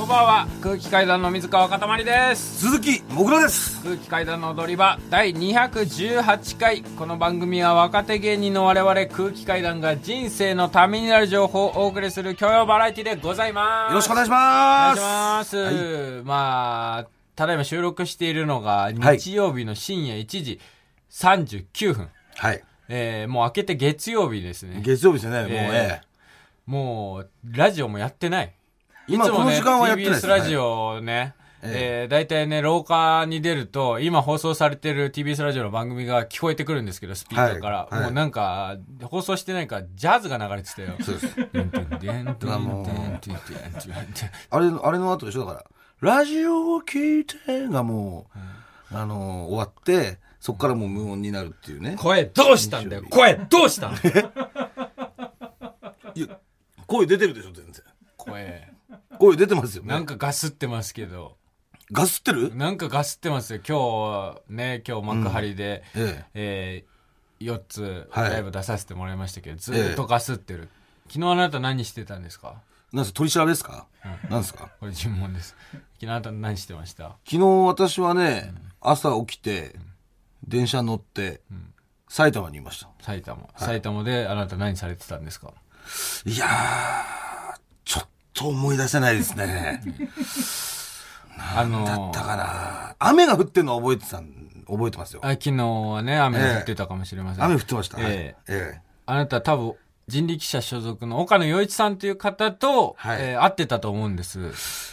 こんばんは。空気階段の水川かたまりです。 鈴木もぐらです。 空気階段の踊り場第218回。この番組は若手芸人の我々空気階段が人生のためになる情報をお送りする教養バラエティでございます。 よろしくお願いします。 お願いします、はい。まあただいま収録しているのが日曜日の深夜1時39分、 はい。 もう明けて月曜日ですね。 月曜日ですね。 もうラジオもやってない。 今この時間はやってないです。 TBS ラジオね、だいたいね廊下に出ると今放送されてる TBS ラジオの番組が聞こえてくるんですけど、スピーカーから、もうなんか放送してないからジャズが流れてたよ。 そうです。 あれの後でしょ。だからラジオを聞いてがもう、終わってそこからもう無音になるっていうね。 声どうしたんだよ。声どうしたんだよ。 いや声出てるでしょ。全然声出てますよね。 なんかガスってますけど。 ガスってる？ なんかガスってますよ。今日幕張で、4つライブ出させてもらいましたけど、ずっとガスってる。昨日あなた何してたんですか？ なんですか、取り調べですか？なんですか？ これ尋問です。昨日あなた何してました？ 昨日私はね、朝起きて、電車乗って、埼玉にいました。 埼玉であなた何されてたんですか？ いやー、ちょっと思い出せないですね。何だったかな。雨が降ってるのは覚えてますよ。 昨日はね、雨が降ってたかもしれません。 雨降ってました。 あなた多分人力車所属の岡野陽一さんという方と、会ってたと思うんです。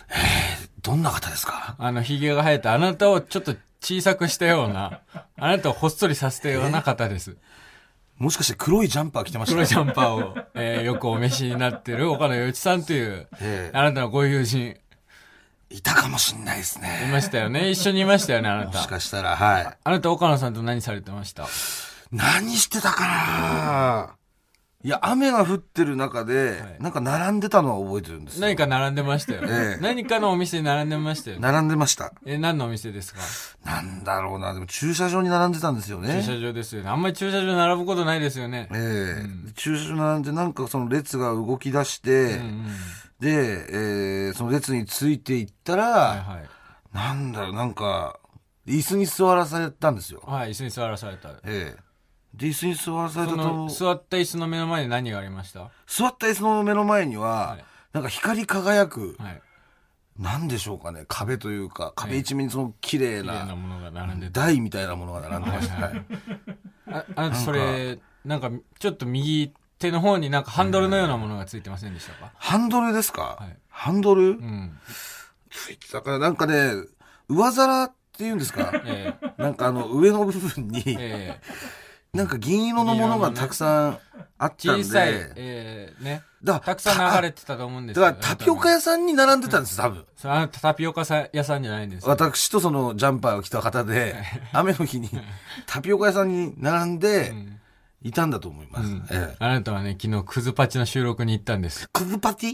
どんな方ですか？ 髭が生えたあなたをちょっと小さくしたような、あなたをほっそりさせたような方です。 もしかして黒いジャンパー着てました？ 黒いジャンパーを、よくお召しになってる岡野陽一さんという、あなたのご友人。 いたかもしんないですね。 いましたよね。一緒にいましたよね、あなた。 もしかしたら、はい。 あなた岡野さんと何されてました？ 何してたかな。いや、雨が降ってる中で、なんか並んでたのは覚えてるんですよ。 何か並んでましたよね。何かのお店に並んでましたよね。 並んでました。 何のお店ですか？ なんだろうな。でも駐車場に並んでたんですよね。 駐車場ですよね。あんまり駐車場並ぶことないですよね。 駐車場並んで、なんかその列が動き出して、で、その列についていったら、なんだろう、なんか、椅子に座らされたんですよ。 はい、椅子に座らされた。 で、椅子に座らされたと。 座った椅子の目の前に何がありました？ 座った椅子の目の前には、なんか光り輝く、なんでしょうかね、壁というか、壁一面にその綺麗なものが並んでた。 台みたいなものが並んでました。 あなたそれ、なんかちょっと右手の方になんかハンドルのようなものがついてませんでしたか？ ハンドルですか？ハンドル？ついてたから、なんかね、上皿っていうんですか？なんか上の部分に、なんか銀色のものがたくさんあったんで、 小さい、ね、たくさん流れてたと思うんですけど。 だからタピオカ屋さんに並んでたんです、多分。 タピオカ屋さんじゃないんですよ。 私とそのジャンパーを着た方で、雨の日にタピオカ屋さんに並んでいたんだと思います。 あなたはね、昨日クズパチの収録に行ったんです。 クズパチ？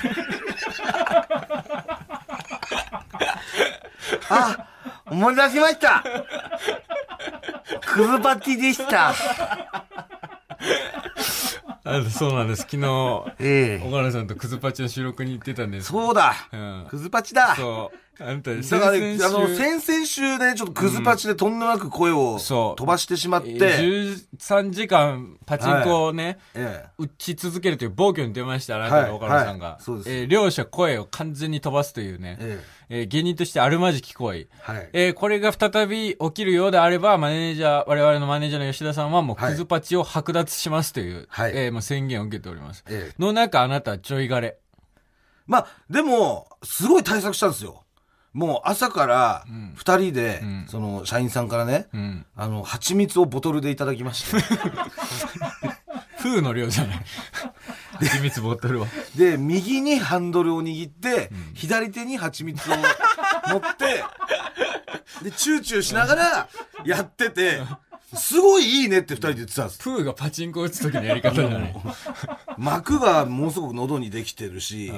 あ、思い出しました。クズパチでした。 そうなんです。昨日、岡野さんとクズパチの収録に行ってたんです。 そうだ。クズパチだ。 そう。あんた、 だからね、先々週ね、ちょっとクズパチでとんでもなく声を飛ばしてしまって。 13時間パチンコをね、打ち続けるという暴挙に出ました、あなたと岡野さんが。両者声を完全に飛ばすというね、芸人としてあるまじき行為。これが再び起きるようであれば、我々のマネージャーの吉田さんはもうクズパチを剥奪しますという、もう宣言を受けております。の中、あなたはちょいがれ。 まあ、でも、すごい対策したんですよ。もう朝から二人で、その社員さんからね、蜂蜜をボトルでいただきまして。 風の量じゃない。蜂蜜ボトルは。 で、右にハンドルを握って、左手に蜂蜜を持って、で、チューチューしながらやってて、すごいいいねって二人で言ってたんです。 プーがパチンコ打つ時のやり方じゃない。 膜がものすごく喉にできてるし、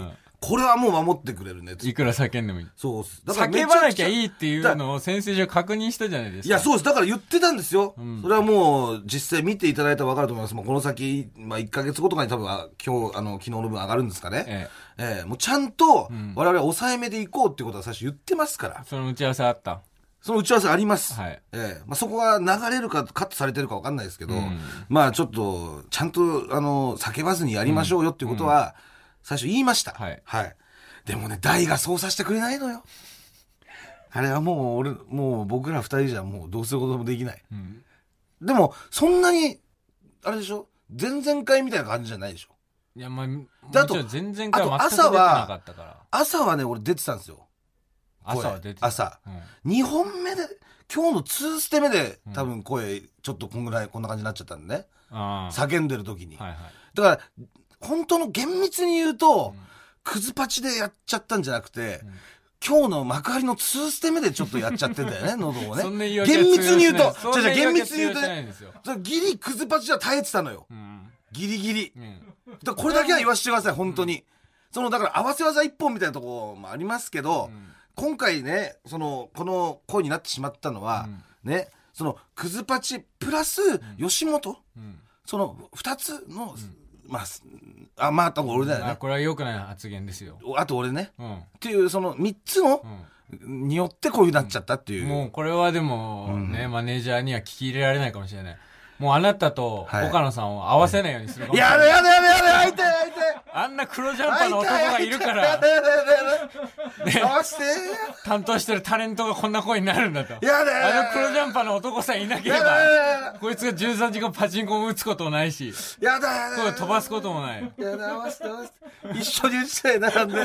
これはもう守ってくれるね。 いくら叫んでもいい。 そうっす。 だから叫ばなきゃいいっていうのを先々週確認したじゃないですか。 いや、そうです。だから言ってたんですよ。それはもう、実際見ていただいたら分かると思います。もうこの先、1ヶ月後とかに多分、昨日の分上がるんですかね。もうちゃんと、我々は抑えめでいこうっていうことは最初言ってますから。 その打ち合わせあった？ その打ち合わせあります。 はい。 そこが流れるかカットされてるか分かんないですけど、ちょっと、ちゃんと、叫ばずにやりましょうよっていうことは、最初言いました。はい。でもね、大がそうさせてくれないのよ。あれはもう僕ら二人じゃもうどうすることもできない。でも、そんなに、あれでしょ？前々回みたいな感じじゃないでしょ？ いや、前々回は全く出てなかったから。 朝はね、俺出てたんですよ。 朝は出てた。 朝。2本目で、今日の2ステ目で、多分声、ちょっとこんな感じになっちゃったんでね。叫んでる時に。だから、本当の厳密に言うと、クズパチでやっちゃったんじゃなくて、今日の幕張の2ステ目でちょっとやっちゃってんだよね、喉をね。厳密に言うと、厳密に言うとね、ギリクズパチじゃ耐えてたのよ。ギリギリ。だこれだけは言わせてください、本当に。だから合わせ技一本みたいなところもありますけど、今回ね、この声になってしまったのは、ね、クズパチプラス吉本、二つの、あと俺だよね。 これは良くない発言ですよ。 あと俺ね。っていう、三つの、によってこういうなっちゃったっていう。 もうこれはでも、ね、マネージャーには聞き入れられないかもしれない。もうあなたと岡野さんを合わせないようにするかもしれない。 やだ会いたいあんな黒ジャンパーの男がいるから、 合わせて担当してるタレントがこんな声になるんだと。 やだあの黒ジャンパーの男さえいなければ、こいつが13時間パチンコも打つこともないし、 やだ声飛ばすこともない。 やだ、合わせて一緒に打ちたいな、なんで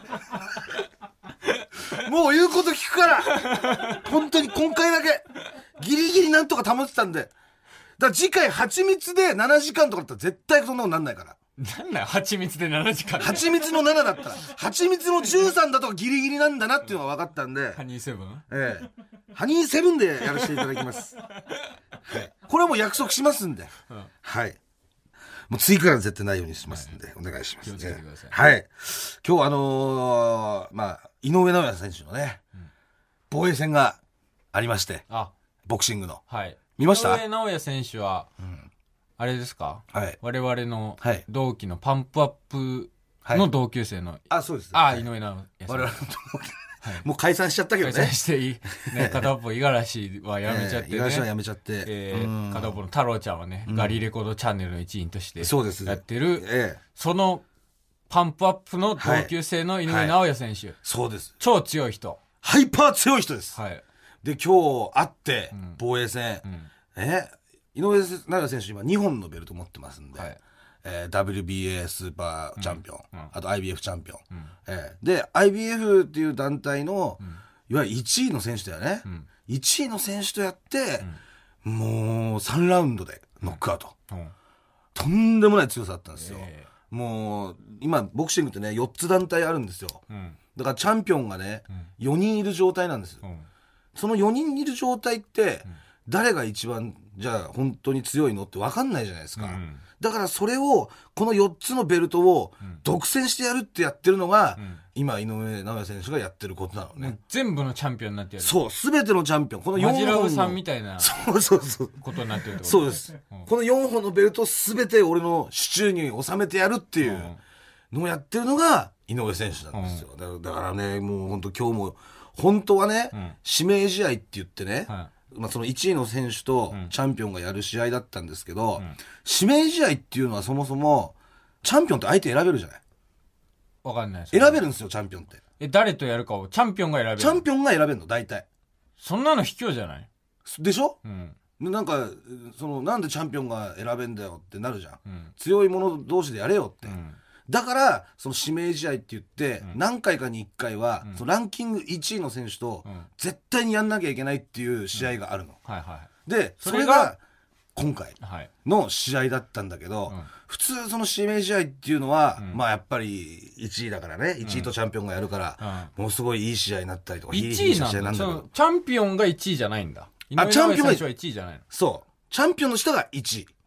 もう言うこと聞くから本当に今回だけギリギリなんとか保ってたんで。だから次回蜂蜜で7時間とかだったら絶対そんなことなんないから。 なんだよ、蜂蜜で7時間。 蜂蜜の7だったら、蜂蜜の13だとギリギリなんだなっていうのが分かったんで。 ハニーセブン？ ハニーセブンでやらせていただきます。これはもう約束しますんで。はい。もう次から絶対ないようにしますんで、お願いします。 気をつけてください。 はい。今日井上尚弥選手のね、防衛戦がありまして、ボクシングの。 はい。 見ました？ 井上尚弥選手は、あれですか？ はい。 我々の同期のパンプアップの同級生の。 そうです。 井上尚弥選手。 我々の同期。もう解散しちゃったけどね。 解散していい。ね、片っぽ五十嵐はやめちゃってね。 五十嵐はやめちゃって。 片っぽの太郎ちゃんはね、ガリレコードチャンネルの一員としてやってる。 そのパンプアップの同級生の井上尚弥選手。 そうです。 超強い人。 ハイパー強い人です。 はい。 で、今日会って、防衛戦。井上尚弥選手今2本のベルト持ってますんで。WBA スーパーチャンピオン、あと IBF チャンピオン、で IBF っていう団体の、いわゆる1位の選手だよね、1位の選手とやって、もう3ラウンドでノックアウト、とんでもない強さだったんですよ、もう今ボクシングってね4つ団体あるんですよ、だからチャンピオンがね、4人いる状態なんです、その4人いる状態って、誰が一番じゃあ本当に強いのって分かんないじゃないですか、だからそれをこの4つのベルトを独占してやるってやってるのが、今井上尚弥選手がやってることなのね。 全部のチャンピオンになってやる。 そう、全てのチャンピオン、この4本のマジラブさんみたいなことになってるってこと。 そうです、この4本のベルトを全て俺の手中に収めてやるっていうのをやってるのが井上選手なんですよ、だからね、もう本当今日も本当はね、指名試合って言ってね、その1位の選手とチャンピオンがやる試合だったんですけど、指名試合っていうのはそもそもチャンピオンって相手選べるじゃない。 わかんない。 選べるんですよ、チャンピオンって。 誰とやるかをチャンピオンが選べる。 チャンピオンが選べるの、大体。 そんなの卑怯じゃない？ でしょ？なんかなんでチャンピオンが選べんだよってなるじゃん、強い者同士でやれよって、だからその指名試合って言って、何回かに1回は、そのランキング1位の選手と絶対にやんなきゃいけないっていう試合があるの、でそれが今回の試合だったんだけど、普通その指名試合っていうのは、まあやっぱり1位だからね、1位とチャンピオンがやるから、ものすごいいい試合になったりとか、 1位なんだ。チャンピオンが1位じゃないんだ。井上尚弥選手は1位じゃないの？ そう、チャンピオンの人が1位。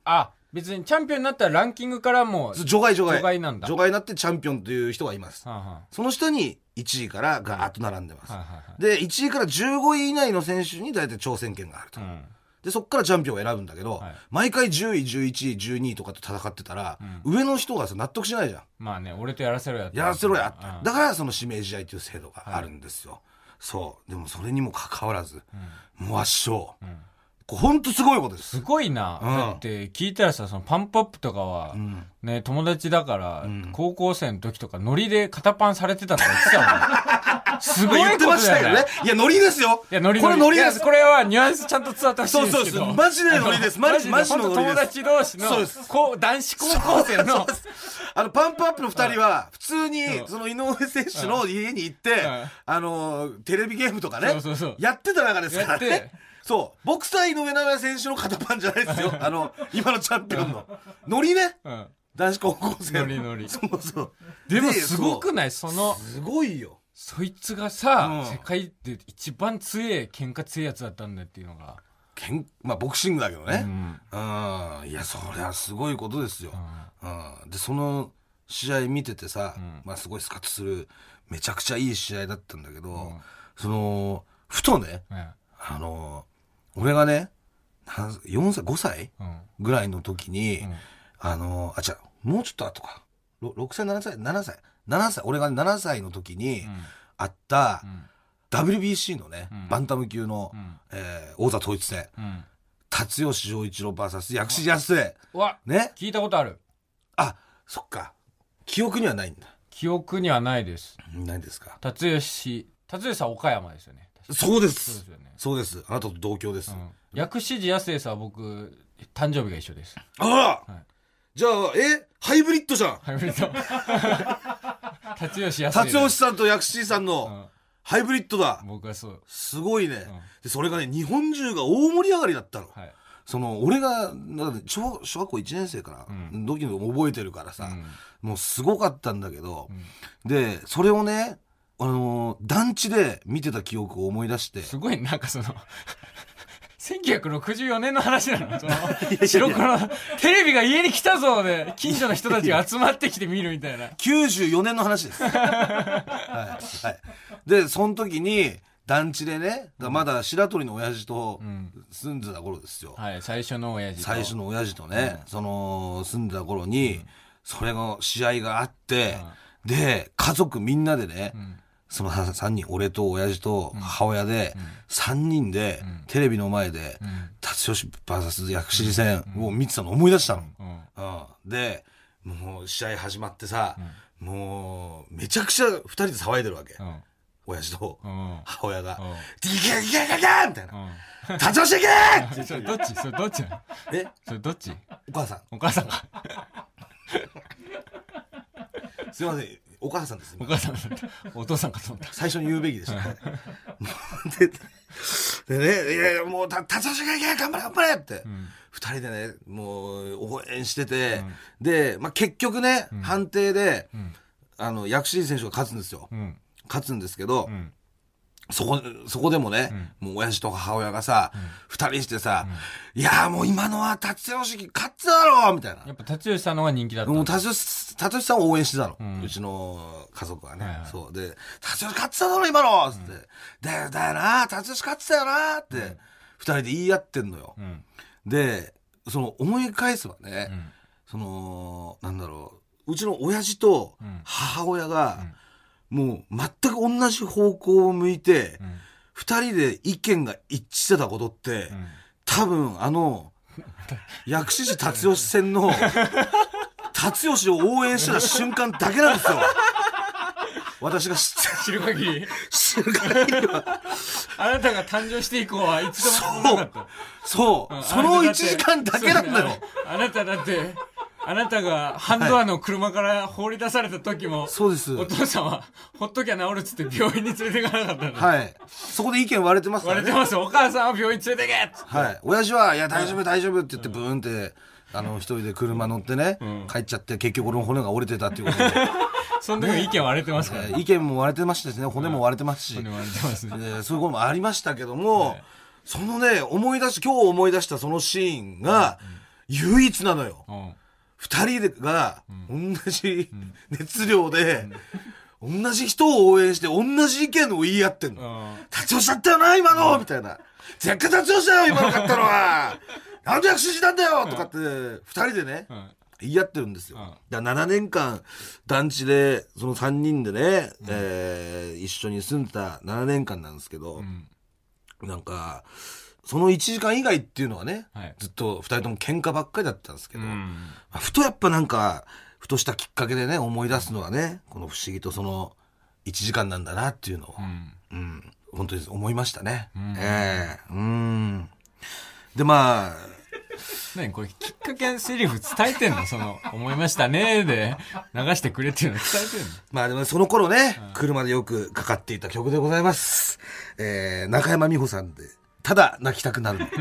別にチャンピオンになったらランキングからも除外なんだ。 除外になってチャンピオンという人がいます。 はあはあ、 その下に1位からガーッと並んでます。はあはあ、で、1位から15位以内の選手に大体挑戦権があると。で、そっからチャンピオンを選ぶんだけど、毎回10位、11位、12位とかと戦ってたら、上の人がさ納得しないじゃん。 まあね、俺とやらせろやって。 やらせろやって。だからその指名試合という制度があるんですよ。そう。でもそれにもかかわらず、もう圧勝。ほんとすごいことです。 すごいな。だって聞いたらさ、そのパンプアップとかは、ね、友達だから、高校生の時とかノリで肩パンされてたとか言ってたもん。すごいことだよね。言ってましたよね。 いや、ノリですよ。 いや、ノリ。 これノリです。 これはニュアンスちゃんと伝わってほしいんですけど。 そう。マジでノリです。マジのノリです。 友達同士の、男子高校生の。 パンプアップの二人は、普通に、その井上選手の家に行って、テレビゲームとかね、やってた中ですからね。そう。ボクサー井上尚弥選手の肩パンじゃないですよ。今のチャンピオンの。ノリね。男子高校生。 ノリ。 そう。 でもすごくない？すごいよ。 そいつがさ、世界で一番喧嘩強いやつだったんだっていうのが。 まあ、ボクシングだけどね。いや、そりゃすごいことですよ。で、その試合見ててさ、まあ、すごいスカッとする、めちゃくちゃいい試合だったんだけど、ふとね、俺がね、4歳、5歳ぐらいの時に、もうちょっと後か。6歳、7歳、俺が7歳の時に、あった、WBC のね、バンタム級の、王座統一戦。辰吉丈一郎 VS 薬師康生。 ね。聞いたことある。 あ、そっか。記憶にはないんだ。 記憶にはないです。 ないですか。 辰吉さん岡山ですよね。 そうです。そうです。あなたと同郷です。 薬師寺康生さんは僕、誕生日が一緒です。 あら、じゃあ、ハイブリッドじゃん。 ハイブリッド。辰吉康生。 辰吉さんと薬師さんのハイブリッドだ。 僕はそう。 すごいね。で、それがね、日本中が大盛り上がりだったの。俺が、小学校1年生から、時の覚えてるからさ、もうすごかったんだけど、で、それをね、団地で見てた記憶を思い出して。 すごい、1964年の話なの。白黒の、テレビが家に来たぞで、近所の人たちが集まってきて見るみたいな。 94年の話です。で、その時に、団地でね、まだ白鳥の親父と住んでた頃ですよ。 最初の親父とね、住んでた頃に、それの試合があって、で、家族みんなでね、その3人、俺と親父と母親で、3人で、テレビの前で、辰吉 VS 薬師戦を見てたの思い出したの。で、もう試合始まってさ、もう、めちゃくちゃ2人で騒いでるわけ。親父と母親が、ディケディケディケみたいな。辰吉行けそれどっちなの？それどっち？ お母さん。 お母さんが。 すいません。お母さんです。 お母さん、お父さんかと思った。 最初に言うべきでした。でね、いやもう、辰吉がいけ頑張れって、二人でね、もう、応援してて、で、まあ、結局ね、判定で、薬師選手が勝つんですよ。勝つんですけど、そこでもね、もう親父と母親がさ、二人してさ、いやーもう今のは辰吉勝つだろみたいな。 やっぱ辰吉さんの方が人気だった。 もう辰吉さんを応援してたの。うちの家族はね。そう。で、辰吉勝つだろ今のつって。だよな辰吉勝つだよなって、二人で言い合ってんのよ。で、思い返せばね、なんだろう、うちの親父と母親が、もう全く同じ方向を向いて、二人で意見が一致してたことって、多分薬師寺辰吉戦の、辰吉を応援してた瞬間だけなんですよ。私が知る限りは。 あなたが誕生して以降はいつでもなかった。 そう。その1時間だけなんだよ。 あなただって、あなたがハンドアの車から放り出された時も、 そうです。 お父さんは、ほっときゃ治るっつって病院に連れていかなかったの。 はい。そこで意見割れてますからね。 割れてます。お母さんは病院連れてけっつって。 はい。親父は、いや、大丈夫って言って、ブーンって、一人で車乗ってね、帰っちゃって、結局俺の骨が折れてたっていうことで。 その時も意見割れてますからね。 意見も割れてましたしね、骨も割れてますし。 骨割れてますね。 そういうこともありましたけども、そのね、今日思い出したそのシーンが、 唯一なのよ。二人が同じ熱量で、同じ人を応援して同じ意見を言い合ってんの。達夫しちゃったよな今のみたいな。絶対達夫したよ今の勝ったのは。なんで躍進したんだよとかって二人でね、言い合ってるんですよ。だから7年間団地でその3人でね、一緒に住んでた7年間なんですけど、なんかその1時間以外っていうのはね、ずっと2人とも喧嘩ばっかりだったんですけど、ふとやっぱなんかふとしたきっかけでね思い出すのはね、この不思議とその1時間なんだなっていうのを、本当に思いましたね。でまあ何これきっかけセリフ伝えてんの？その思いましたねで流してくれっていうの伝えてんの？ まあでもその頃ね、車でよくかかっていた曲でございます。中山美穂さんでただ泣きたくなるの。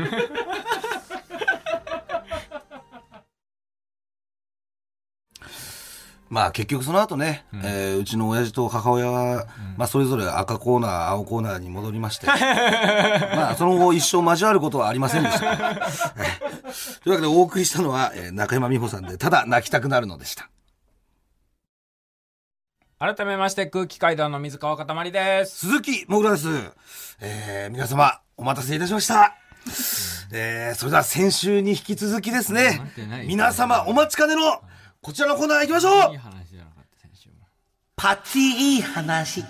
まあ結局その後ね、うちの親父と母親は、まあそれぞれ赤コーナー青コーナーに戻りましてまあその後一生交わることはありませんでした。というわけでお送りしたのは、中山美穂さんでただ泣きたくなるのでした。 改めまして空気階段の水川かたまりです。 鈴木もぐらです。皆様お待たせいたしました。それでは先週に引き続きですね、皆様お待ちかねのこちらのコーナー行きましょう。 いい話じゃなかった先週も。 パチいい話。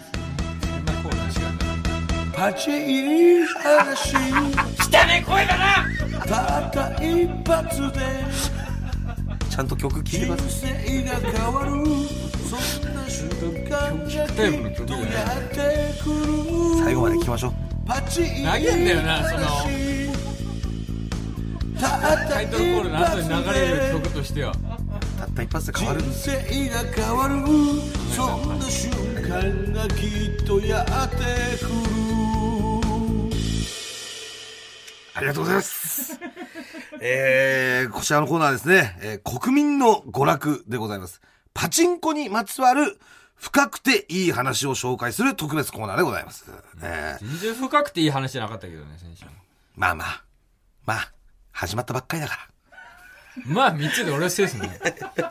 パチいい話。 汚ね声だな。 たった一発でちゃんと曲聴いてください。人生が変わるそんな瞬間がきっとやってくる。最後まで聴きましょう。パチいい話。 投げんだよなそのタイトルコールの後に流れる曲としては。 たった一発で変わる。人生が変わるそんな瞬間がきっとやってくる。ありがとうございます。こちらのコーナーですね、国民の娯楽でございます。パチンコにまつわる深くていい話を紹介する特別コーナーでございます。 全然深くていい話じゃなかったけどね先週。 まあ始まったばっかりだから。 まあ3つで俺はセーフね。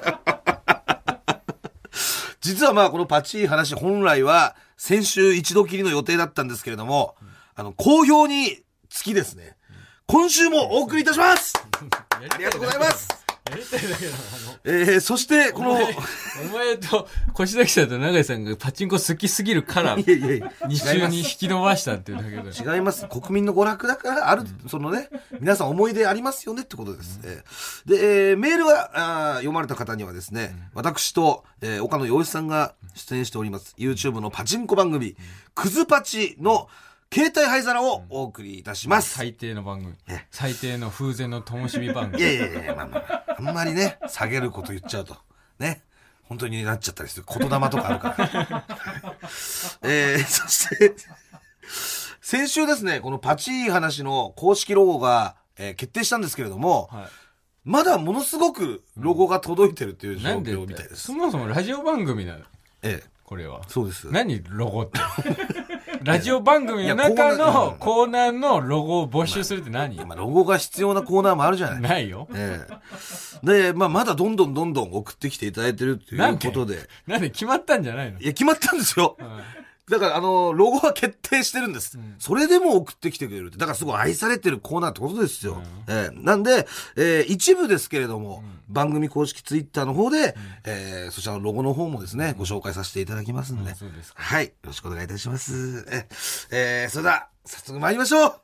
実はまあこのパチいい話本来は先週一度きりの予定だったんですけれども、好評につきですね、今週もお送りいたします。ありがとうございます。 やりたいだけどそしてこのお前と越崎さんと永井さんがパチンコ好きすぎるから2週に引き伸ばしたっていうだけで。 違います。国民の娯楽だからある、そのね皆さん思い出ありますよねってことです。で、メールは読まれた方にはですね、私と、岡野陽一さんが出演しております YouTube のパチンコ番組クズパチの携帯灰皿をお送りいたします。 最低の番組、最低の風前の灯火番組。 いやあんまりね下げること言っちゃうとね本当になっちゃったりする言霊とかあるからそして先週ですねこのパチいい話の公式ロゴが、決定したんですけれども、まだものすごくロゴが届いてるっていう状況みたいです。 そもそもラジオ番組なの。これはそうです。 何ロゴってラジオ番組の中のコーナーのロゴを募集するって何？ ロゴが必要なコーナーもあるじゃない。 ないよ。 で、まだどんどん送ってきていただいてるっていうことで。 なんで決まったんじゃないの？ いや決まったんですよ。だからロゴは決定してるんです。それでも送ってきてくれるって。だからすごい愛されてるコーナーってことですよ。なんで、一部ですけれども、番組公式ツイッターの方で、そちらのロゴの方もですね、ご紹介させていただきますんで。 そうですか。 はい。よろしくお願いいたします。それでは、早速参りましょう。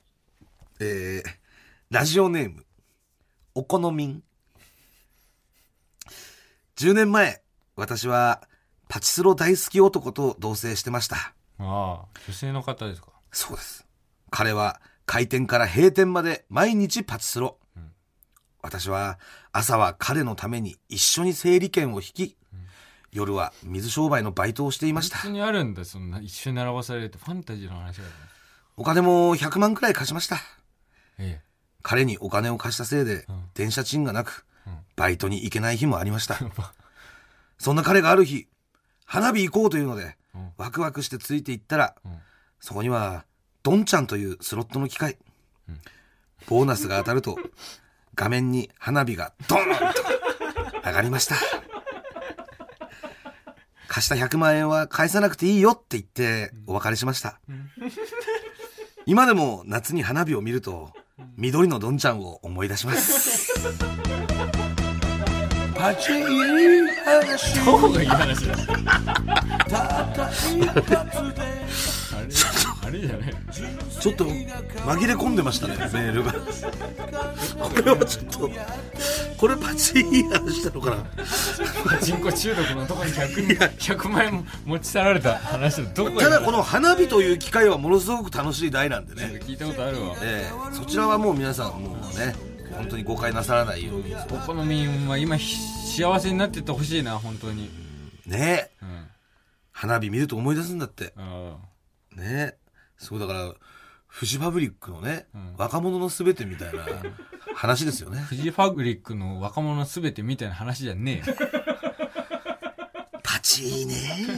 ラジオネーム、お好みん。10年前、私は、パチスロ大好き男と同棲してました。 ああ、女性の方ですか？ そうです。彼は開店から閉店まで毎日パチスロ。私は朝は彼のために一緒に整理券を引き、夜は水商売のバイトをしていました。 普通にあるんだ、そんな一緒に並ばされるってファンタジーの話だね。 お金も100万くらい貸しました。彼にお金を貸したせいで、電車賃がなく、バイトに行けない日もありました。そんな彼がある日、花火行こうというので、ワクワクしてついていったら、そこにはドンちゃんというスロットの機械、ボーナスが当たると画面に花火がドーンと上がりました。貸した100万円は返さなくていいよって言ってお別れしました。今でも夏に花火を見ると緑のどんちゃんを思い出します。パチいい話。 どこがいい話だ。あれじゃない。 ちょっと紛れ込んでましたね、メールが。これはちょっと、これパチいい話なのかな。 パチンコ中毒のところに100万円持ち去られた話のどこが。 ただこの花火という機会はものすごく楽しい題なんでね。 聞いたことあるわ。 そちらはもう皆さんもうね、本当に誤解なさらないように。 お好みは今幸せになってってほしいな、本当に。 ねえ、花火見ると思い出すんだって。ねえ、そうだからフジファブリックのね、若者のすべてみたいな話ですよね。 フジファブリックの若者のすべてみたいな話じゃねえよ。 パチー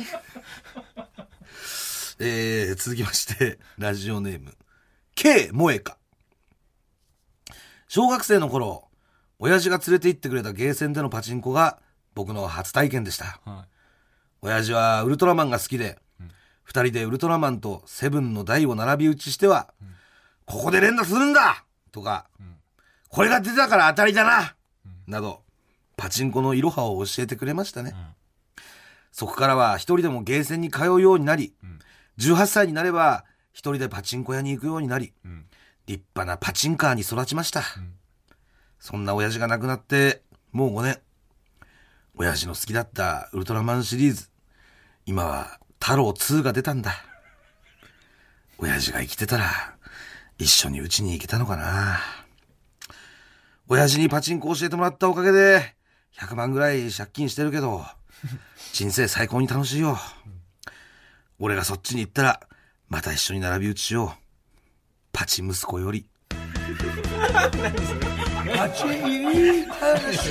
ね。続きましてラジオネーム K 萌えか。小学生の頃、親父が連れて行ってくれたゲーセンでのパチンコが僕の初体験でした。親父はウルトラマンが好きで、二人でウルトラマンとセブンの台を並び打ちしては、ここで連打するんだとか、これが出たから当たりだな、などパチンコのいろはを教えてくれましたね。そこからは一人でもゲーセンに通うようになり、18歳になれば一人でパチンコ屋に行くようになり、立派なパチンカーに育ちました。そんな親父が亡くなってもう5年。親父の好きだったウルトラマンシリーズ、今は太郎2が出たんだ。親父が生きてたら一緒にうちに行けたのかな。親父にパチンコ教えてもらったおかげで100万ぐらい借金してるけど、人生最高に楽しいよ。俺がそっちに行ったらまた一緒に並び打ちしよう。パチ息子より。パチいい話。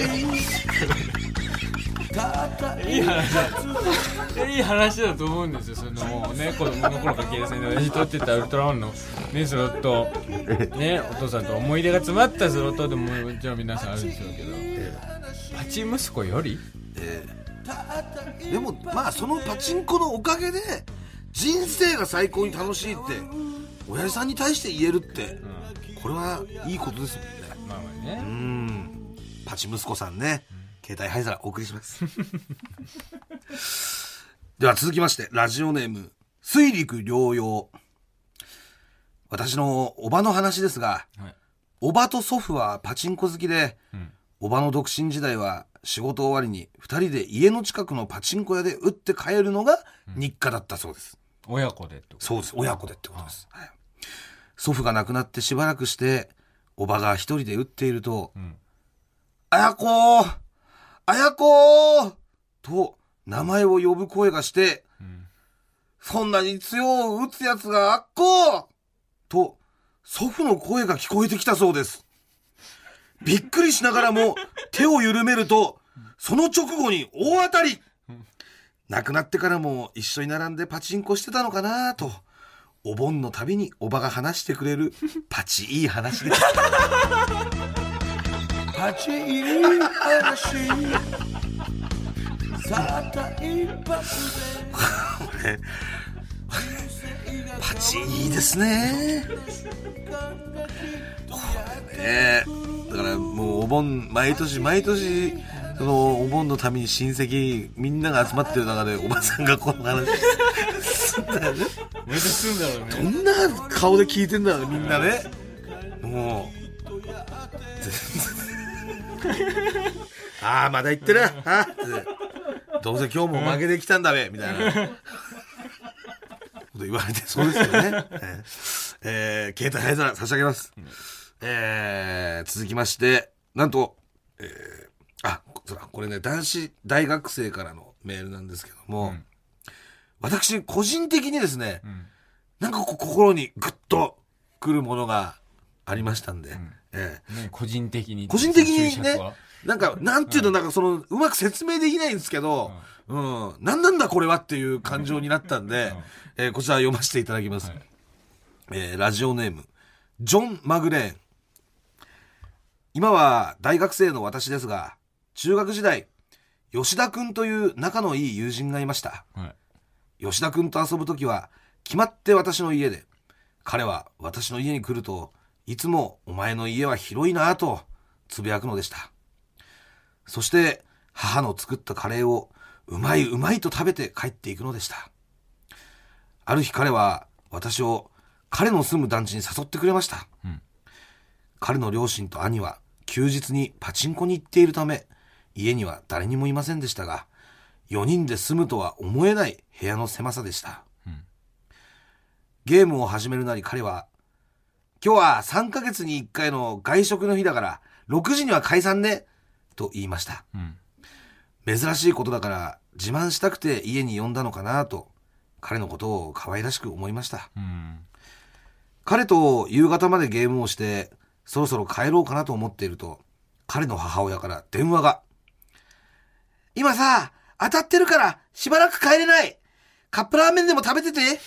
いい話だと思うんですよ。そのね、子供の頃からゲーセンで親父とってたウルトラマンのね、スロットね、お父さんと思い出が詰まったスロットでももちろん皆さんあるんでしょうけど、パチ息子より、 でもまあそのパチンコのおかげで人生が最高に楽しいって親父さんに対して言えるって、これはいいことですもんね。 まあまあね。パチ息子さんね、携帯灰皿お送りします。では続きましてラジオネーム水陸両用。私のおばの話ですが、おばと祖父はパチンコ好きで、おばの独身時代は仕事終わりに2人で家の近くのパチンコ屋で打って帰るのが日課だったそうです。 親子でってこと？ そうです、親子でってことです。祖父が亡くなってしばらくしておばが一人で打っていると、あやこーあやこーと名前を呼ぶ声がして、そんなに強を打つやつがあっこーと祖父の声が聞こえてきたそうです。びっくりしながらも手を緩めるとその直後に大当たり。亡くなってからも一緒に並んでパチンコしてたのかなと、お盆のたびにおばが話してくれるパチいい話です。パチいい話。さた一発でパチいいですね。だからもうお盆毎年そのお盆のために親戚みんなが集まってる中でおばさんがこの話すんだよね。どんな顔で聞いてんだろうね、みんなね。もうああまだ言ってるどうせ今日も負けてきたんだべみたいなこと言われてそうですよね。携帯灰皿差し上げます。続きましてなんと、これね男子大学生からのメールなんですけども、私個人的にですね、なんか心にグッとくるものがありましたんで、 個人的にね、なんていうの、なんかそのうまく説明できないんですけど、何なんだこれはっていう感情になったんで、こちら読ませていただきます。ラジオネームジョン・マグレーン。 今は大学生の私ですが、中学時代、吉田くんという仲のいい友人がいました。はい、吉田くんと遊ぶときは、決まって私の家で、彼は私の家に来ると、いつもお前の家は広いなぁとつぶやくのでした。そして母の作ったカレーをうまいうまいと食べて帰っていくのでした。ある日彼は私を彼の住む団地に誘ってくれました。うん、彼の両親と兄は休日にパチンコに行っているため、家には誰にもいませんでしたが、4人で住むとは思えない部屋の狭さでした。うん、ゲームを始めるなり彼は、今日は3ヶ月に1回の外食の日だから6時には解散ねと言いました。うん、珍しいことだから自慢したくて家に呼んだのかなと彼のことを可愛らしく思いました。うん、彼と夕方までゲームをしてそろそろ帰ろうかなと思っていると、彼の母親から電話が。今さ、当たってるからしばらく帰れない。カップラーメンでも食べてて。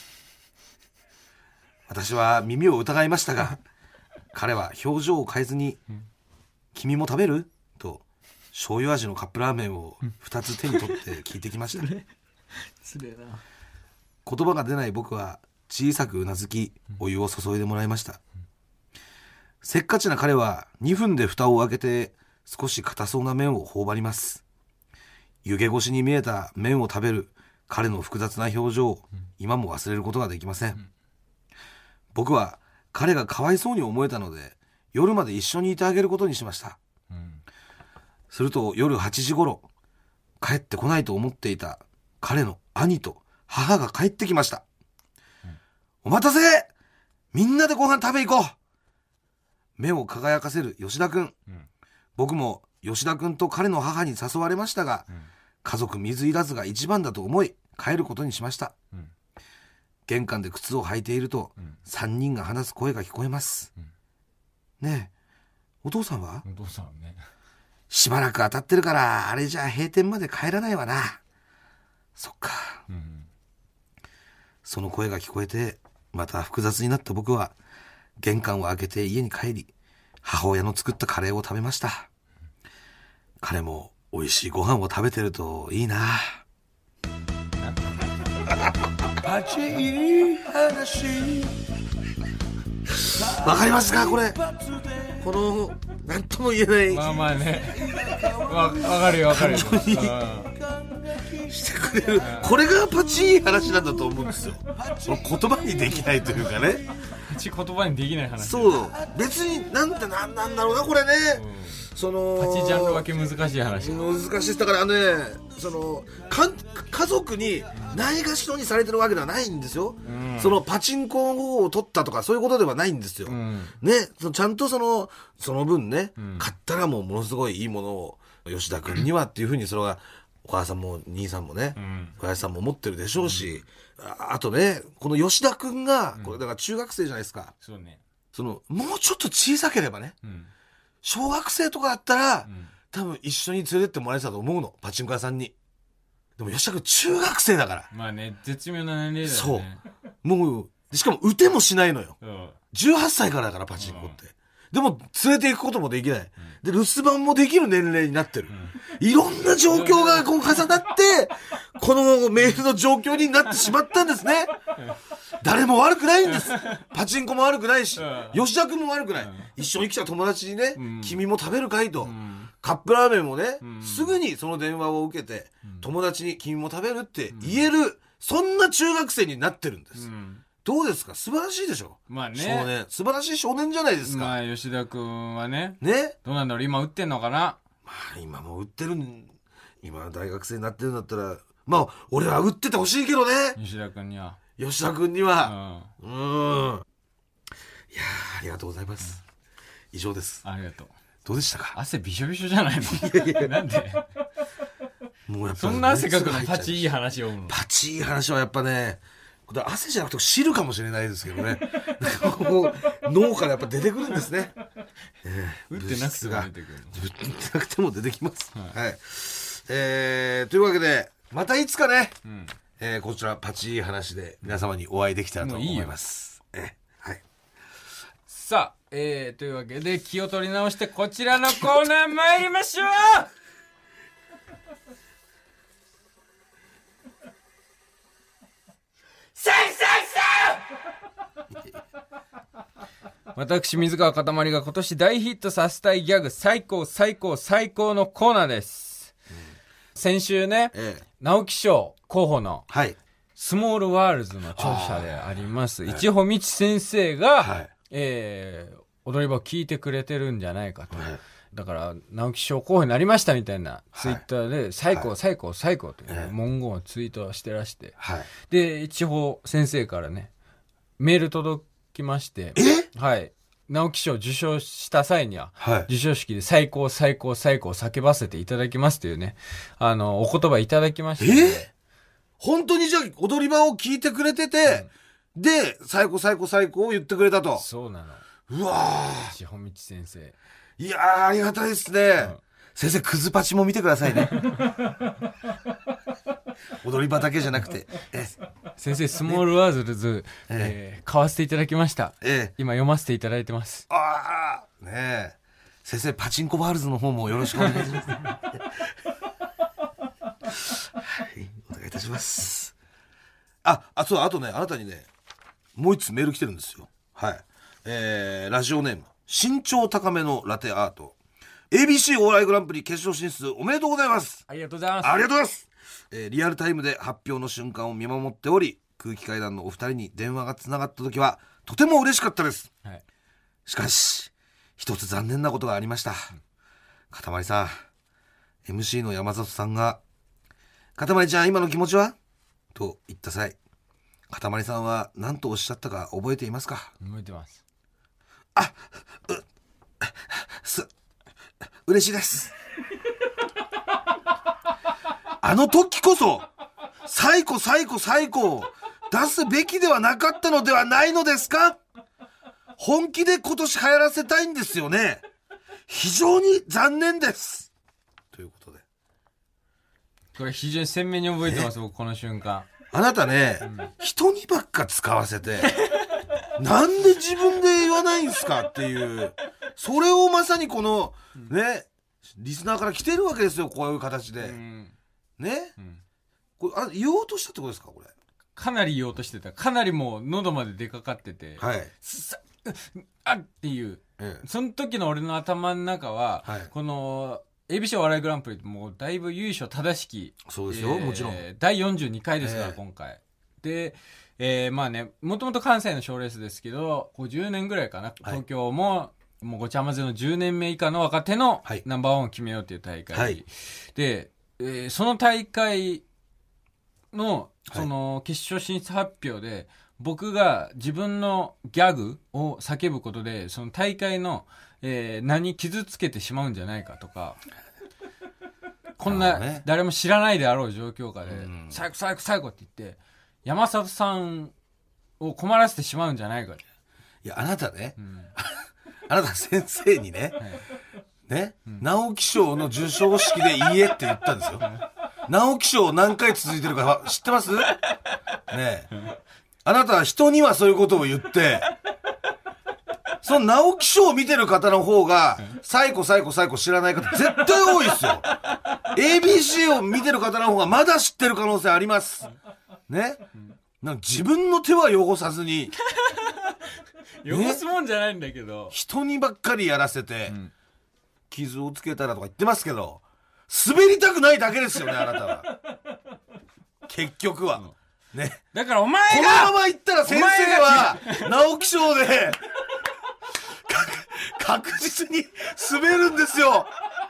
私は耳を疑いましたが、彼は表情を変えずに、君も食べると醤油味のカップラーメンを2つ手に取って聞いてきました。 失礼な。 言葉が出ない僕は小さくうなずき、お湯を注いでもらいました。せっかちな彼は2分で蓋を開けて少し硬そうな麺を頬張ります。湯気越しに見えた麺を食べる彼の複雑な表情を今も忘れることができません。僕は彼がかわいそうに思えたので夜まで一緒にいてあげることにしました。すると夜8時頃、帰ってこないと思っていた彼の兄と母が帰ってきました。お待たせ、みんなでご飯食べ行こう。目を輝かせる吉田くん、僕も吉田くんと彼の母に誘われましたが、家族水入らずが一番だと思い帰ることにしました。玄関で靴を履いていると、3人が話す声が聞こえます。ねえ、お父さんは？ お父さんね。 しばらく当たってるからあれじゃ閉店まで帰らないわな。そっか。その声が聞こえてまた複雑になった僕は玄関を開けて家に帰り、母親の作ったカレーを食べました。彼も美味しいご飯を食べてるといいな。熱い話。わかりますかこれ。この何とも言えない。 まあまあね。わかるよわかるよ。 してくれる。これがパチいい話なんだと思うんですよ。言葉にできないというかね。 パチ言葉にできない話。 そう。別になんだろうなこれね。そのパチジャンル分け難しい話。 難しい。だからその家族にないがしろにされてるわけではないんですよ。そのパチンコを取ったとかそういうことではないんですよ。ね、ちゃんとその分ね、買ったらものすごいいいものを吉田君にはっていうふうにそれはお母さんも兄さんもね、おやじさんも思ってるでしょうし、あとねこの吉田君がこれだから中学生じゃないですか。 そうね。 もうちょっと小さければね。小学生とかだったら、多分一緒に連れてってもらえてたと思うの、パチンコ屋さんに。でも吉田君中学生だから。 まあね、絶妙な年齢だよね。 そう。もうしかも打てもしないのよ。18歳からだからパチンコって。でも連れて行くこともできない。で留守番もできる年齢になってる。いろんな状況がこう重なってこのメールの状況になってしまったんですね。誰も悪くないんです。パチンコも悪くないし、吉田君も悪くない。一緒に来た友達にね、君も食べるかいと、カップラーメンもね、すぐにその電話を受けて、友達に君も食べるって言える、そんな中学生になってるんです。どうですか？素晴らしいでしょ。 まあね。 少年。素晴らしい少年じゃないですか。 まあ吉田君はね。 ね。 どうなんだろう、今打ってんのかな。 まあ今も打ってる。今大学生になってるんだったら、まあ俺は打っててほしいけどね。 吉田君には。 いやー、ありがとうございます。以上です。 ありがとう。 どうでしたか？ 汗びしょびしょじゃないの？いやなんで？もうやっぱそんな汗かくのパチいい話を。 パチいい話はやっぱね、汗じゃなくて汁かもしれないですけどね。脳からやっぱ出てくるんですね。 打ってなくても出てくる。 打ってなくても出てきます。はい。というわけでまたいつかね。こちらパチいい話で皆様にお会いできたらと思います。 はい。さあ、 というわけで気を取り直してこちらのコーナー参りましょう。私水川かたまりが今年大ヒットさせたいギャグ最高最高最高のコーナーです、先週ね、直木賞候補の、スモールワールズの著者であります一穂道先生が、踊り場を聞いてくれてるんじゃないかと、だから直木賞候補になりましたみたいなツイッターで最高最高最高という文言をツイートしてらして、で一穂先生からねメール届きまして、直木賞受賞した際には、授賞式で最高最高最高叫ばせていただきますというねお言葉いただきましたので、 本当にじゃあ踊り場を聞いてくれてて、で最高最高最高を言ってくれたと。 そうなの。 うわー、 一穂道先生、 いやーありがたいですね、先生クズパチも見てくださいね踊り場だけじゃなくて先生スモールワールズ、買わせていただきました、今読ませていただいてます。 ああねえ、先生パチンコワールズの方もよろしくお願いしますお願いいたします。そう、あとね、あなたにねもう一つメール来てるんですよ。ラジオネーム身長高めのラテアート、 ABC お笑いグランプリ決勝進出おめでとうございます。 ありがとうございます。 ありがとうございます。リアルタイムで発表の瞬間を見守っており、空気階段のお二人に電話がつながった時はとても嬉しかったです、しかし一つ残念なことがありました、かたまりさん、 MC の山里さんがかたまりちゃん今の気持ちはと言った際、かたまりさんは何とおっしゃったか覚えていますか？ 覚えてます。 嬉しいですあの時こそ最高最高最高を出すべきではなかったのではないのですか？本気で今年流行らせたいんですよね。非常に残念ですということで、 これ非常に鮮明に覚えてます。僕この瞬間あなたね、人にばっか使わせてなんで自分で言わないんすかっていう、それをまさにこのねリスナーから来てるわけですよ、こういう形で、これ言おうとしたってことですか？これかなり言おうとしてた。かなりもう喉まで出かかってて、あっていう、その時の俺の頭の中は、この ABC お笑いグランプリってもうだいぶ由緒正しき、 そうですよ、もちろん第42回ですから、今回で、まあね、もともと関西の賞レースですけど50年ぐらいかな、東京ももうごちゃ混ぜの10年目以下の若手のナンバーワンを決めようっていう大会、で、その大会のその決勝進出発表で、僕が自分のギャグを叫ぶことでその大会の、名に傷つけてしまうんじゃないかとか、こんな誰も知らないであろう状況下で最高最高最高って言って山里さんを困らせてしまうんじゃないか。 いやあなたね、あなた先生にね、直木賞の授賞式でいいえって言ったんですよ。直木賞何回続いてるか知ってますね？あなたは人にはそういうことを言って、その直木賞を見てる方の方が最高最高最高知らない方絶対多いですよ。ABC を見てる方の方がまだ知ってる可能性ありますね。なんか自分の手は汚さずに汚すもんじゃないんだけど、 人にばっかりやらせて、傷をつけたらとか言ってますけど、滑りたくないだけですよね、あなたは。結局は。ね。 だからお前がこのまま行ったら先生は、直木賞で、確実に滑るんですよ。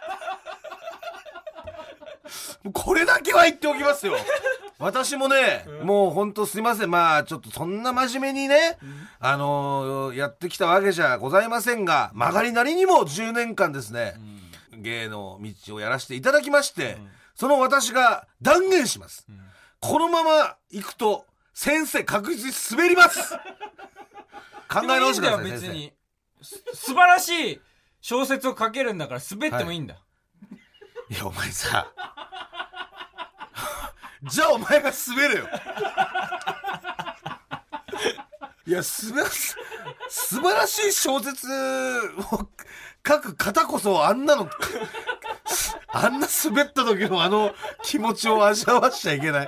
これだけは言っておきますよ。私もね、もうほんとすいません。まあちょっとそんな真面目にね、やってきたわけじゃございませんが、曲がりなりにも10年間ですね、芸の道をやらせていただきまして、その私が断言します。このまま行くと先生確実に滑ります。考え直してください。 別に素晴らしい小説を書けるんだから滑ってもいいんだ。 いやお前さじゃあお前が滑れよ。いや素晴らしい小説を書く方こそあんなのあんな滑った時のあの気持ちを味わわしちゃいけない。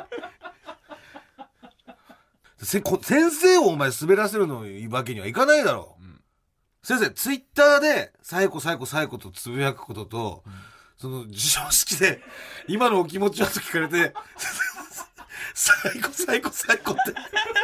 先生をお前滑らせるのわけにはいかないだろう、うん、先生ツイッターで最後とつぶやくことと、うん、その授賞式で今のお気持ちはと聞かれて最後って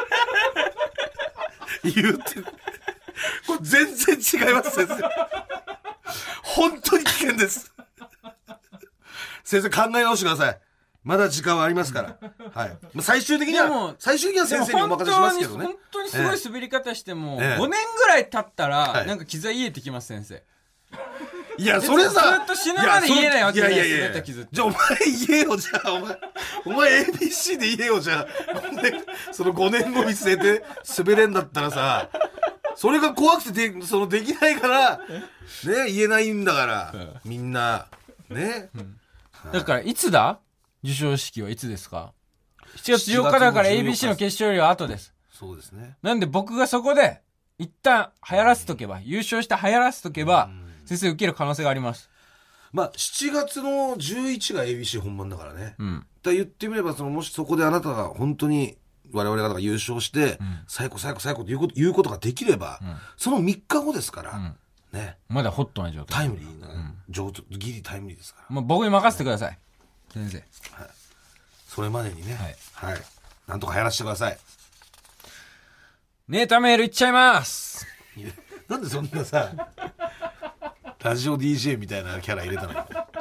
言うってこれ全然違います先生。本当に危険です。先生考え直してください。まだ時間はありますから。はい。最終的には先生にお任せしますけどね。 本当にすごい滑り方しても、5年ぐらい経ったら、なんか傷癒えてきます、先生。 いや、それさ。 ずっと死ぬまで言えないわけじゃないです、滑った傷って。 じゃあお前言えよ、じゃあお前 ABC で言えよ、じゃあ。その5年後見据えて滑れんだったらさ、それが怖くてできないから、ね、言えないんだから、みんな。ね。 だから、いつだ授賞式はいつですか？ 7 月14日だから ABC の決勝よりは後です。 そうですね。 なんで僕がそこで一旦流行らせとけば、優勝して流行らせとけば、先生受ける可能性があります。 まあ7月の11が ABC 本番だからね。だ言ってみればもしそこであなたが本当に我々方が優勝して、最後と言うことができれば、その3日後ですから、ね。 まだホットな状態。 タイムリーな、ギリタイムリーですから。 もう僕に任せてください。先生、 はい、それまでにね、はい、なんとか流行らせてください。 ネータメールいっちゃいます。 なんでそんなさラジオ DJ みたいなキャラ入れたの？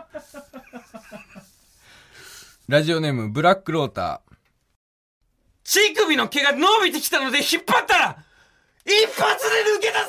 ラジオネームブラックローター。乳首の毛が伸びてきたので引っ張ったら一発で抜けたぜ。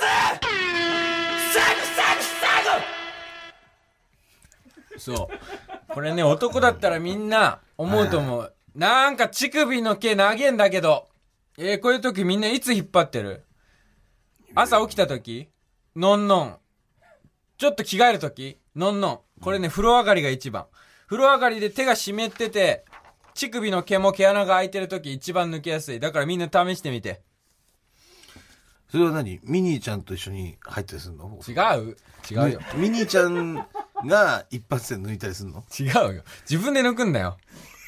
そうこれね、男だったらみんな思うと思う。なんか乳首の毛長えんだけど、こういう時みんないつ引っ張ってる？朝起きた時のんのん。ちょっと着替える時のんのん。これね、風呂上がりが一番。風呂上がりで手が湿ってて乳首の毛も毛穴が開いてる時一番抜けやすい。だからみんな試してみて。 それは何？ミニーちゃんと一緒に入ったりするの？ 違うよ。 ミニーちゃんが一発で抜いたりするの？ 違うよ。自分で抜くんだよ。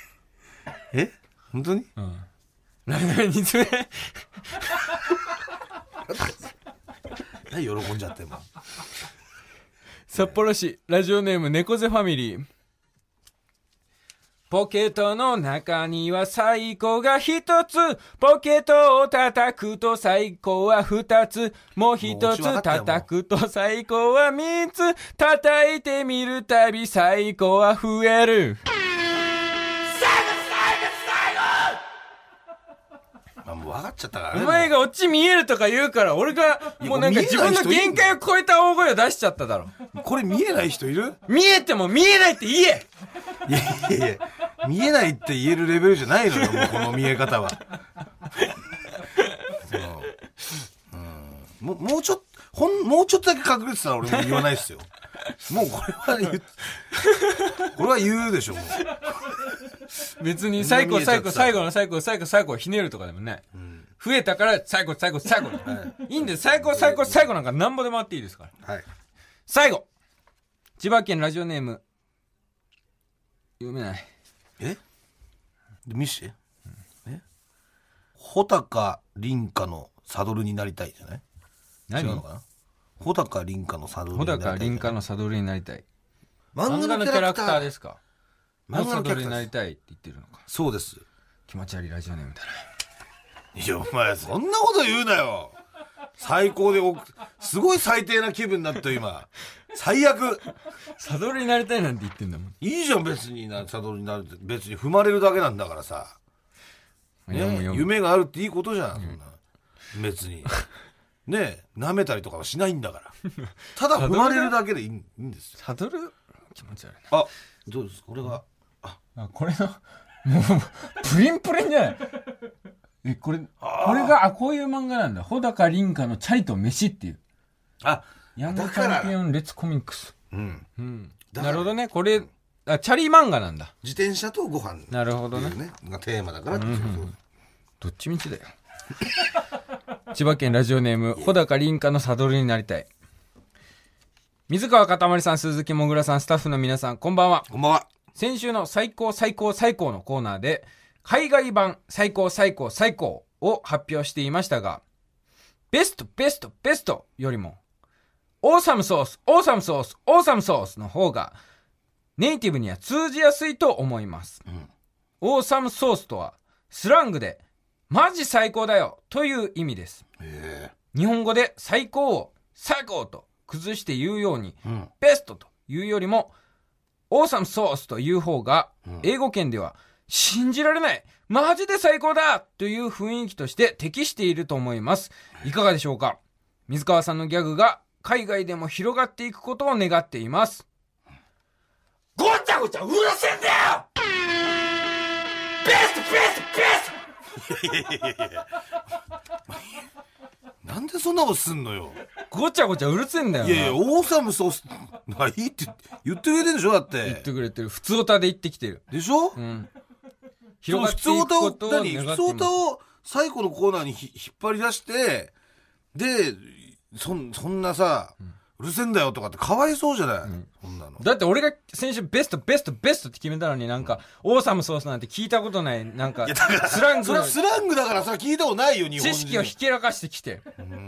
本当に？ うん。何それ？ 何喜んじゃってんの？ 札幌市ラジオネーム猫背ファミリー。ポケットの中には最高が一つ。ポケットを叩くと最高は二つ。もう一つ叩くと最高は三つ。叩いてみるたび最高は増える。 もう分かっちゃったからね。 お前がオチ見えるとか言うから、俺がもうなんか自分の限界を超えた大声を出しちゃっただろ。 これ見えない人いる？ 見えても見えないって言え。 いや見えないって言えるレベルじゃないのよ、もうこの見え方は。もうちょっとだけ隠れてたら俺も言わないですよ。もうこれは言うでしょ、もう。 別に最後ひねるとかでもね、増えたから最後、いいんです。最後なんかなんぼでもあっていいですから。 はい。 最後、千葉県ラジオネーム読めない。 見して。穂高凛香のサドルになりたいじゃない？ 何？ 違うのかな？穂高凛香のサドルになりたい。 穂高凛香のサドルになりたい。 漫画のキャラクターですか？ 漫画のサドルになりたいって言ってるのか。 そうです。 気持ち悪いラジオネームだな。いや、お前そんなこと言うなよ。最高ですごい最低な気分になったよ今。最悪。 サドルになりたいなんて言ってんだもん。 いいじゃん別にサドルになるって。別に踏まれるだけなんだからさ、ね、夢があるっていいことじゃん、そんな別にね、舐めたりとかはしないんだからただ踏まれるだけでいいんですよ。 サドル気持ち悪いな。 どうですこれがこれのもうプリンプリンじゃない。これがこういう漫画なんだ。穂高凛香のチャリと飯っていう。ヤングチャンピオンレッツコミックス。なるほどね。これチャリ漫画なんだ。 自転車とご飯。 なるほどね。 がテーマだから。 どっちみちだよ。 千葉県ラジオネーム、穂高凛香のサドルになりたい。水川かたまりさん、鈴木もぐらさん、スタッフの皆さん、こんばんは。 こんばんは。 先週の最高最高最高のコーナーで、海外版最高最高最高を発表していましたが、ベストベストベストよりも、オーサムソース、オーサムソース、オーサムソースの方が、ネイティブには通じやすいと思います。オーサムソースとは、スラングで、マジ最高だよという意味です。日本語で最高を最高と崩して言うように、ベストというよりも、オーサムソースという方が、英語圏では、信じられないマジで最高だという雰囲気として適していると思います。いかがでしょうか。水川さんのギャグが海外でも広がっていくことを願っています。 ごちゃごちゃうるせえんだよ。ベストベストベスト。いやなんでそんなことすんのよ。 ごちゃごちゃうるせえんだよな。 いやいや、オーサムソースいいって言ってくれてるでしょ。だって言ってくれてる。普通歌で言ってきてるでしょ。 広がっていくことを願っています。 普通歌を最後のコーナーに引っ張り出して、でそんなさ、うるせえんだよとかってかわいそうじゃない、そんなの。 だって俺が先週ベストベストベストって決めたのに、なんか、オーサムソースなんて聞いたことない、なんか、 スラング。それはスラングだからさ、聞いたことないよ、日本人。 知識をひけらかしてきて。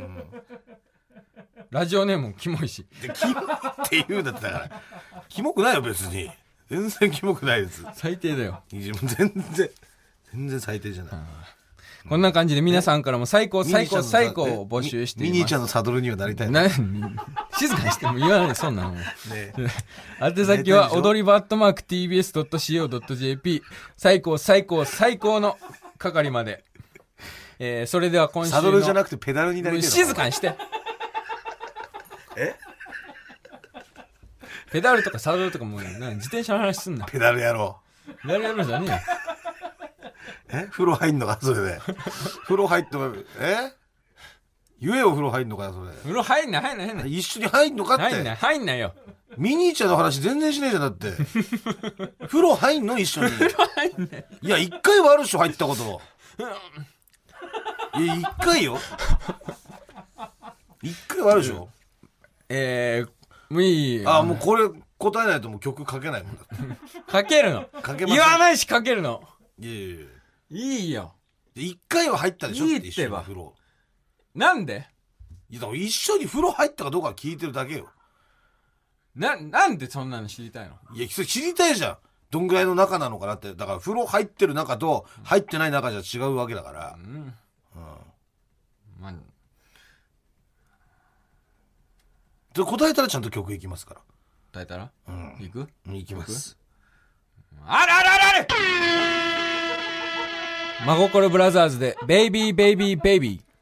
ラジオネームもキモいし。 キモいって言うんだったら、キモくないよ、別に。全然キモくないです。 最低だよ。 全然最低じゃない。 こんな感じで皆さんからも最高最高最高を募集しています。 ミニーちゃんのサドルにはなりたい。 静かにしても言わないで、そんなの。宛先は踊り場@tbs.co.jp 最高最高最高の係まで。それでは今週のサドルじゃなくてペダルになりたい。 静かにして。ペダルとかサドルとかもう自転車の話すんな。 ペダルやろう。ペダルやろうじゃねえよ。風呂入んのかそれで。風呂入って言えよ、風呂入んのかよそれ。 風呂入んない。 一緒に入んのかって。 入んないよ。 ミニーちゃんの話全然しねえじゃんだって。風呂入んの一緒に。 風呂入んない。 いや一回はあるでしょ、入ったこと。いや一回よ。一回はあるでしょ。 もういい。 もうこれ答えないともう曲書けないもんだって。 書けるの。 書けません。 言わないし書けるの。 いやいいよ。 一回は入ったでしょ。 いいってば。 風呂。 なんで？ いやだから一緒に風呂入ったかどうか聞いてるだけよ。 なんでそんなの知りたいの？いやそれ知りたいじゃん。どんぐらいの中なのかなって。だから風呂入ってる中と入ってない中じゃ違うわけだから。答えたらちゃんと曲いきますから。 答えたら？いく？ いきます。 ある真心ブラザーズでベイビーベイビーベイビー。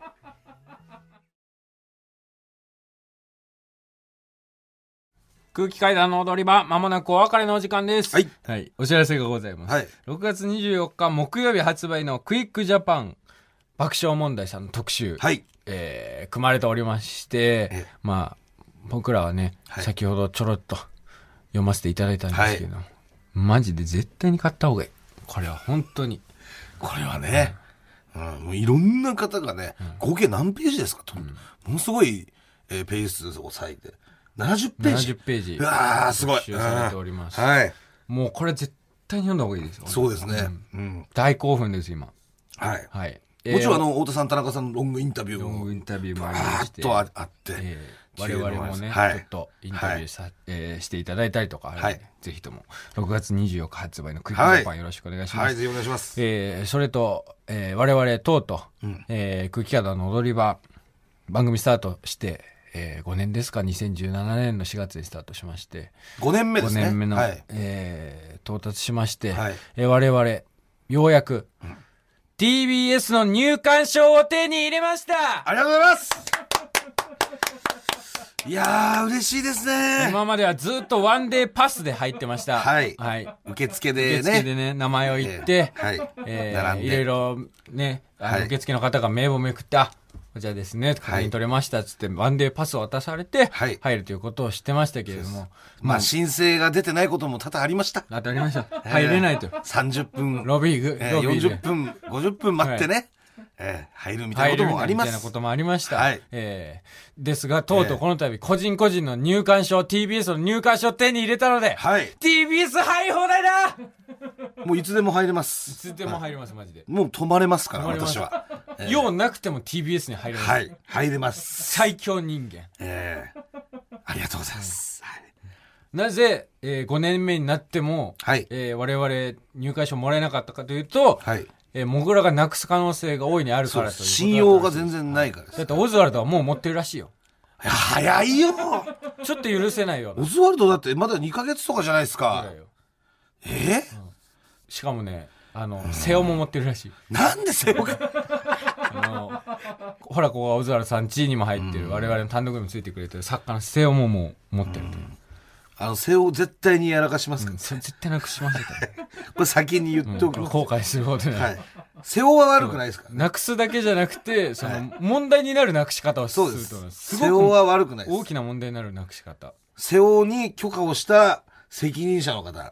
空気階段の踊り場、まもなくお別れのお時間です。はい。お知らせがございます。6月24日木曜日発売のクイックジャパン爆笑問題さんの特集。組まれておりまして、僕らはね、先ほどちょろっと読ませていただいたんですけど、マジで絶対に買った方がいい。これは本当に。 これはね、もういろんな方がね、合計何ページですかと、ものすごい、ページ数を割いて、70ページ。 70ページ。 うわー、すごい。 特集されております。もうこれ絶対に読んだ方がいいですよ。 そうですね。 大興奮です、今。 はい。もちろん太田さん、田中さんのロングインタビューも。 ロングインタビューもありまして。 バーッとあって。 我々もね、ちょっとインタビューしていただいたりとか、ぜひとも6月24日発売のクイックジャパンよろしくお願いします。 ぜひお願いします。 それと、我々とうとう、空気階段の踊り場番組スタートして、5年ですか、2017年の4月にスタートしまして、 5年目ですね。 5年目の、到達しまして、我々ようやく、TBS の入館証を手に入れました。 ありがとうございます。いやー嬉しいですね。 今まではずっとワンデーパスで入ってました。受付でね名前を言って、いろいろね、受付の方が名簿めくって、こちらですね、確認取れましたっつってワンデーパスを渡されて入るということをしてましたけれども、 申請が出てないことも多々ありました。 入れないと。 30分ロビー 40分50分待ってね。 入るみたいなこともあります。 みたいなこともありました。はい。ですが、とうとうこの度、個人個人の入館証、TBS の入館証を手に入れたので、はい。TBS 入り放題だもういつでも入れます。 いつでも入れます、マジで。 もう泊まれますから、私は。 用なくても TBS に入れます。 はい。入れます。 最強人間。 ありがとうございます。 なぜ、5年目になっても、はい。我々入会証もらえなかったかというと、はい。モグラがなくす可能性が大いにあるからということだ。 信用が全然ないからです。 だってオズワルドはもう持ってるらしいよ。 早いよちょっと許せないよ。 オズワルドだってまだ2ヶ月とかじゃないですか。 しかもね、瀬尾も持ってるらしい。 なんで瀬尾がほら、ここがオズワルドさん家にも入ってる、我々の単独にもついてくれてる作家の瀬尾ももう持ってる。 瀬尾絶対にやらかしますから、 絶対なくしますよ。 これ先に言っておく。 後悔するほどね。はい。 瀬尾は悪くないですから。 なくすだけじゃなくて、問題になるなくし方をすると思います。 瀬尾は悪くないです。 大きな問題になるなくし方。 瀬尾に許可をした責任者の方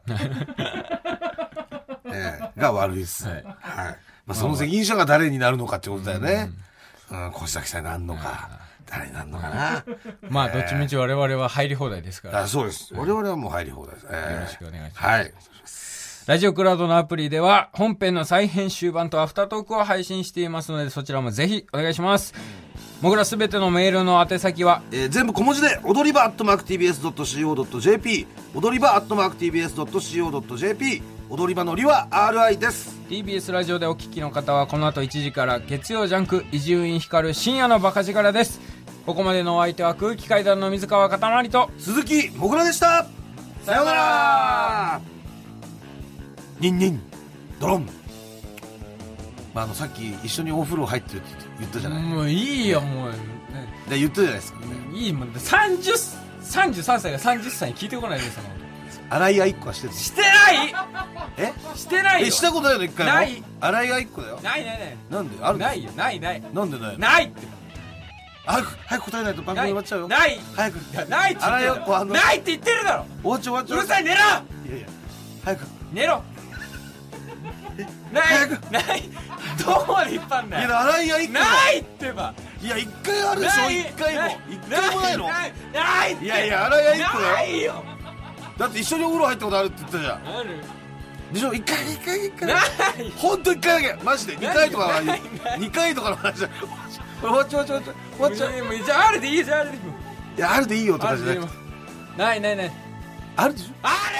が悪いです。はい。その責任者が誰になるのかってことだよね。小崎さんになるのか。誰になるのかな。 まあ、どっちみち我々は入り放題ですから。 そうです。我々はもう入り放題です。よろしくお願いします。 はい。 ラジオクラウドのアプリでは、本編の再編集版とアフタートークを配信していますので、そちらもぜひお願いします。もぐらすべてのメールの宛先は、 全部小文字で、踊り場@tbs.co.jp、踊り場@tbs.co.jp、踊り場のりは RI です。 TBS ラジオでお聞きの方はこの後1時から月曜ジャンク伊集院光深夜のバカ力です。ここまでのお相手は空気階段の水川かたまりと鈴木もぐらでした。さようなら。ニンニンドロン。さっき一緒にお風呂入ってるって言ったじゃない。 もういいよ、もう、ね、 言ったじゃないですか、 いいもん。33歳が30歳に聞いてこないで、その洗い合いっこはしてる。 してないしてないよ。 したことないの一回も。 ない。 洗い合いっこだよ。 ない。 なんである？ ないよ。ない。 なんでない？ ないって。 早く答えないと番組終わっちゃうよ。 ない。 早く。 ないって言ってる。ないって言ってるだろ。 終わっちゃう。 うるさい、寝ろ。いや早く。 寝ろ。ない。どこまで引っ張んだよ。 いや、洗い合いっこ。 ないってば。 いや、一回あるでしょ、一回もないの？ ないって。 いや、洗い合いっこだよ。 ないよ。 だって一緒にお風呂入ったことあるって言ったじゃん。 あるでしょ。一回ない。 ほんと一回だけマジで2回とか2回とかの話だ。終わっちゃう。じゃああるでいいじゃん。 いや、あるでいいよとかじゃなくて。 ない。 あるでしょ。 あ